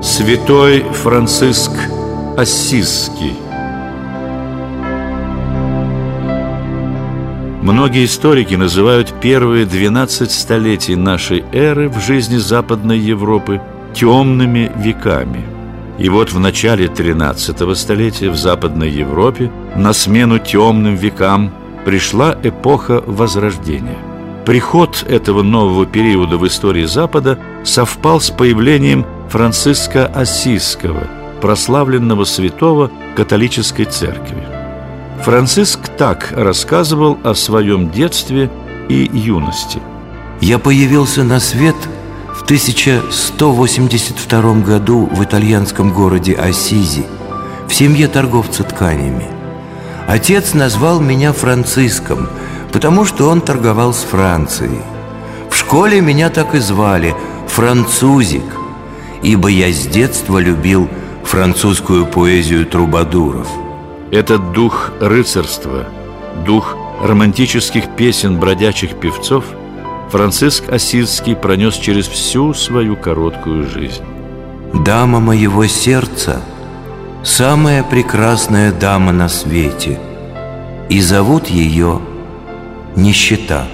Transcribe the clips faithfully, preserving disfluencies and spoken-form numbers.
Святой Франциск Ассизский. Многие историки называют первые двенадцать столетий нашей эры в жизни Западной Европы темными веками. И вот в начале тринадцатого столетия в Западной Европе на смену темным векам пришла эпоха Возрождения. Приход этого нового периода в истории Запада совпал с появлением Франциска Ассизского, прославленного святого католической церкви. Франциск так рассказывал о своем детстве и юности. «Я появился на свет в тысяча сто восемьдесят втором году в итальянском городе Ассизи, в семье торговца тканями. Отец назвал меня Франциском, потому что он торговал с Францией. В школе меня так и звали – Французик, ибо я с детства любил французскую поэзию трубадуров». Этот дух рыцарства, дух романтических песен бродячих певцов Франциск Ассизский пронес через всю свою короткую жизнь. «Дама моего сердца – самая прекрасная дама на свете, и зовут ее нищета».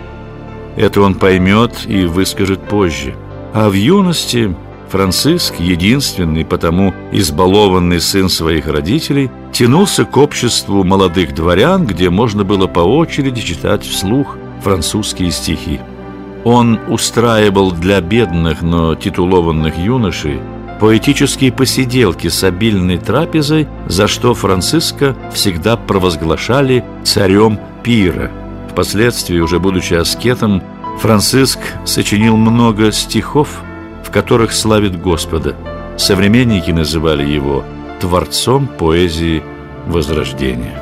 Это он поймет и выскажет позже. А в юности Франциск, единственный, потому избалованный сын своих родителей, тянулся к обществу молодых дворян, где можно было по очереди читать вслух французские стихи. Он устраивал для бедных, но титулованных юношей поэтические посиделки с обильной трапезой, за что Франциска всегда провозглашали царем пира. Впоследствии, уже будучи аскетом, Франциск сочинил много стихов, в которых славит Господа. Современники называли его творцом поэзии Возрождения.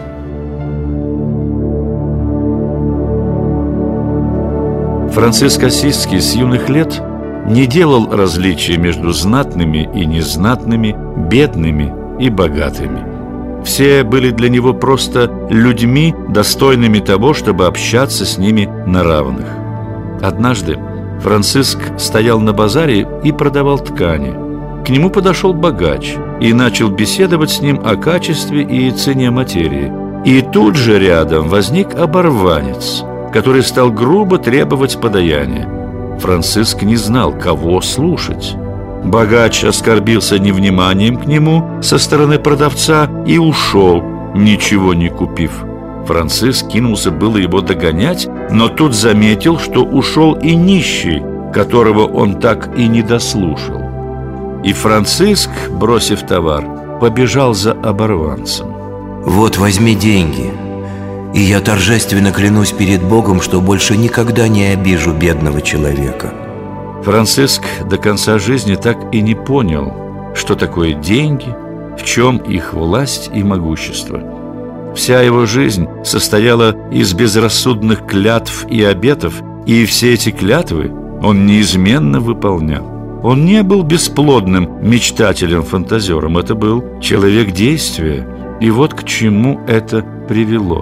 Франциск Ассизский с юных лет не делал различия между знатными и незнатными, бедными и богатыми. Все были для него просто людьми, достойными того, чтобы общаться с ними на равных. Однажды Франциск стоял на базаре и продавал ткани. К нему подошел богач и начал беседовать с ним о качестве и цене материи. И тут же рядом возник оборванец, который стал грубо требовать подаяния. Франциск не знал, кого слушать. Богач оскорбился невниманием к нему со стороны продавца и ушел, ничего не купив. Франциск кинулся было его догонять, но тут заметил, что ушел и нищий, которого он так и не дослушал. И Франциск, бросив товар, побежал за оборванцем. «Вот, возьми деньги, и я торжественно клянусь перед Богом, что больше никогда не обижу бедного человека». Франциск до конца жизни так и не понял, что такое деньги, в чем их власть и могущество. Вся его жизнь состояла из безрассудных клятв и обетов, и все эти клятвы он неизменно выполнял. Он не был бесплодным мечтателем-фантазером, это был человек действия, и вот к чему это привело.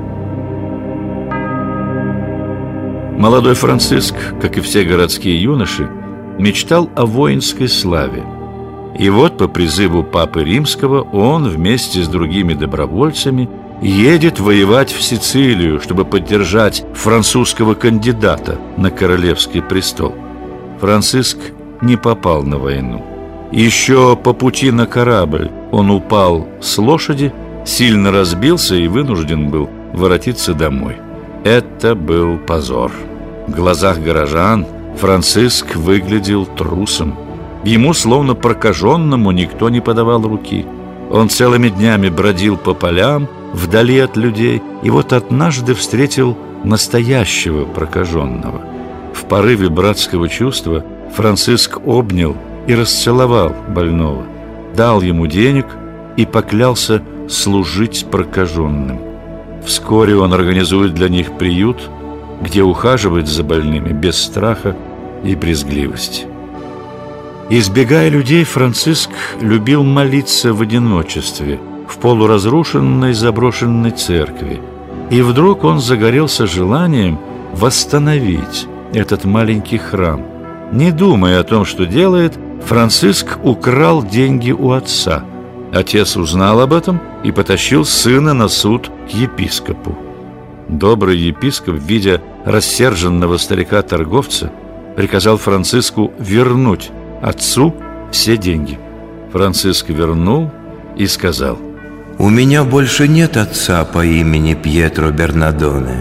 Молодой Франциск, как и все городские юноши, мечтал о воинской славе. И вот по призыву Папы Римского он вместе с другими добровольцами едет воевать в Сицилию, чтобы поддержать французского кандидата на королевский престол. Франциск не попал на войну. Еще по пути на корабль он упал с лошади, сильно разбился и вынужден был воротиться домой. Это был позор. В глазах горожан Франциск выглядел трусом. Ему, словно прокаженному, никто не подавал руки. Он целыми днями бродил по полям, вдали от людей, и вот однажды встретил настоящего прокаженного. В порыве братского чувства Франциск обнял и расцеловал больного, дал ему денег и поклялся служить прокаженным. Вскоре он организует для них приют, где ухаживает за больными без страха и брезгливости. Избегая людей, Франциск любил молиться в одиночестве в полуразрушенной заброшенной церкви. И вдруг он загорелся желанием восстановить этот маленький храм. Не думая о том, что делает, Франциск украл деньги у отца. Отец узнал об этом и потащил сына на суд к епископу. Добрый епископ, видя рассерженного старика-торговца, приказал Франциску вернуть отцу все деньги. Франциск вернул и сказал: «У меня больше нет отца по имени Пьетро Бернадоне.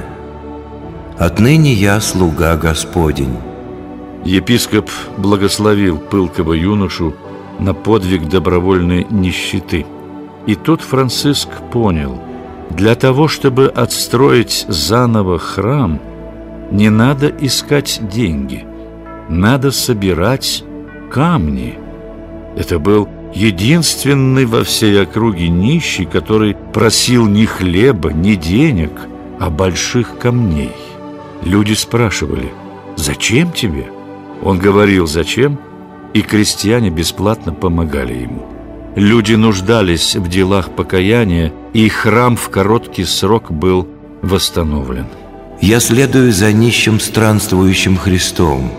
Отныне я слуга Господень». Епископ благословил пылкого юношу на подвиг добровольной нищеты. И тут Франциск понял: для того, чтобы отстроить заново храм, не надо искать деньги, надо собирать камни. Это был единственный во всей округе нищий, который просил не хлеба, не денег, а больших камней. Люди спрашивали: «Зачем тебе?» Он говорил «зачем?», и крестьяне бесплатно помогали ему. Люди нуждались в делах покаяния, и храм в короткий срок был восстановлен. «Я следую за нищим странствующим Христом.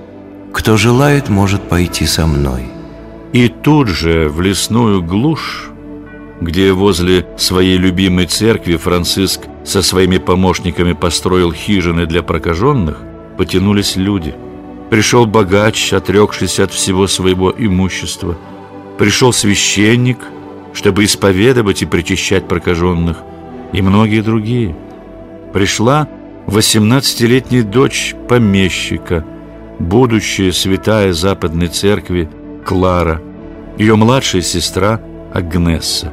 Кто желает, может пойти со мной». И тут же в лесную глушь, где возле своей любимой церкви Франциск со своими помощниками построил хижины для прокаженных, потянулись люди. Пришел богач, отрекшийся от всего своего имущества. Пришел священник, чтобы исповедовать и причащать прокаженных, и многие другие. Пришла восемнадцатилетняя дочь помещика, будущая святая Западной Церкви Клара, ее младшая сестра Агнесса.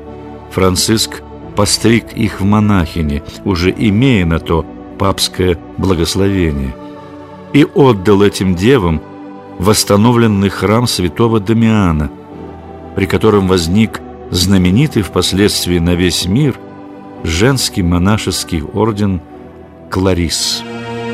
Франциск постриг их в монахини, уже имея на то папское благословение, и отдал этим девам восстановленный храм святого Дамиана, при котором возник знаменитый впоследствии на весь мир женский монашеский орден Кларисс.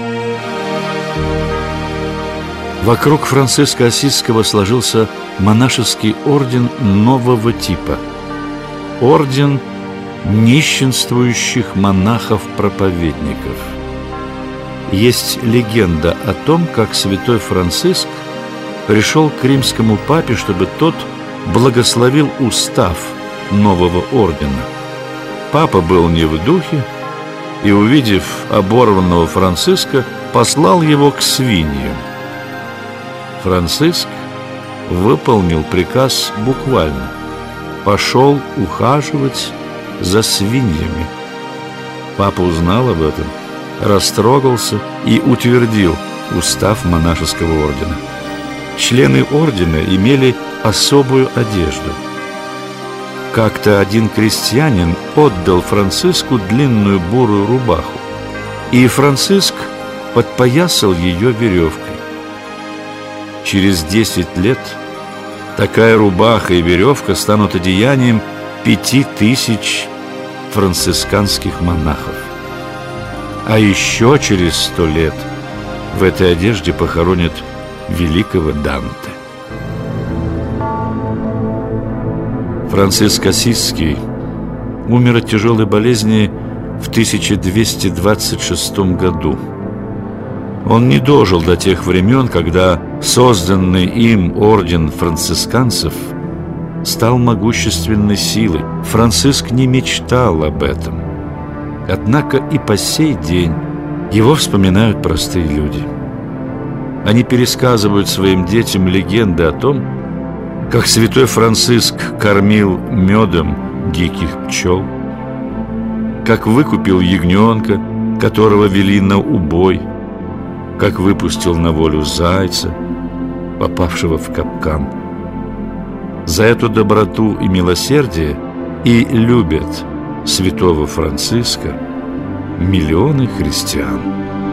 Вокруг Франциска Ассизского сложился монашеский орден нового типа – орден нищенствующих монахов-проповедников. Есть легенда о том, как святой Франциск пришел к римскому папе, чтобы тот благословил устав нового ордена. Папа был не в духе и, увидев оборванного Франциска, послал его к свиньям. Франциск выполнил приказ буквально. Пошел ухаживать за свиньями. Папа узнал об этом, растрогался и утвердил устав монашеского ордена. Члены ордена имели особую одежду. Как-то один крестьянин отдал Франциску длинную бурую рубаху, и Франциск подпоясал ее веревкой. Через десять лет такая рубаха и веревка станут одеянием пяти тысяч францисканских монахов. А еще через сто лет в этой одежде похоронят великого Данте. Франциск Ассизский умер от тяжелой болезни в тысяча двести двадцать шестом году. Он не дожил до тех времен, когда созданный им орден францисканцев стал могущественной силой. Франциск не мечтал об этом. Однако и по сей день его вспоминают простые люди. Они пересказывают своим детям легенды о том, как святой Франциск кормил медом диких пчел, как выкупил ягненка, которого вели на убой, как выпустил на волю зайца, попавшего в капкан. За эту доброту и милосердие и любят святого Франциска миллионы христиан.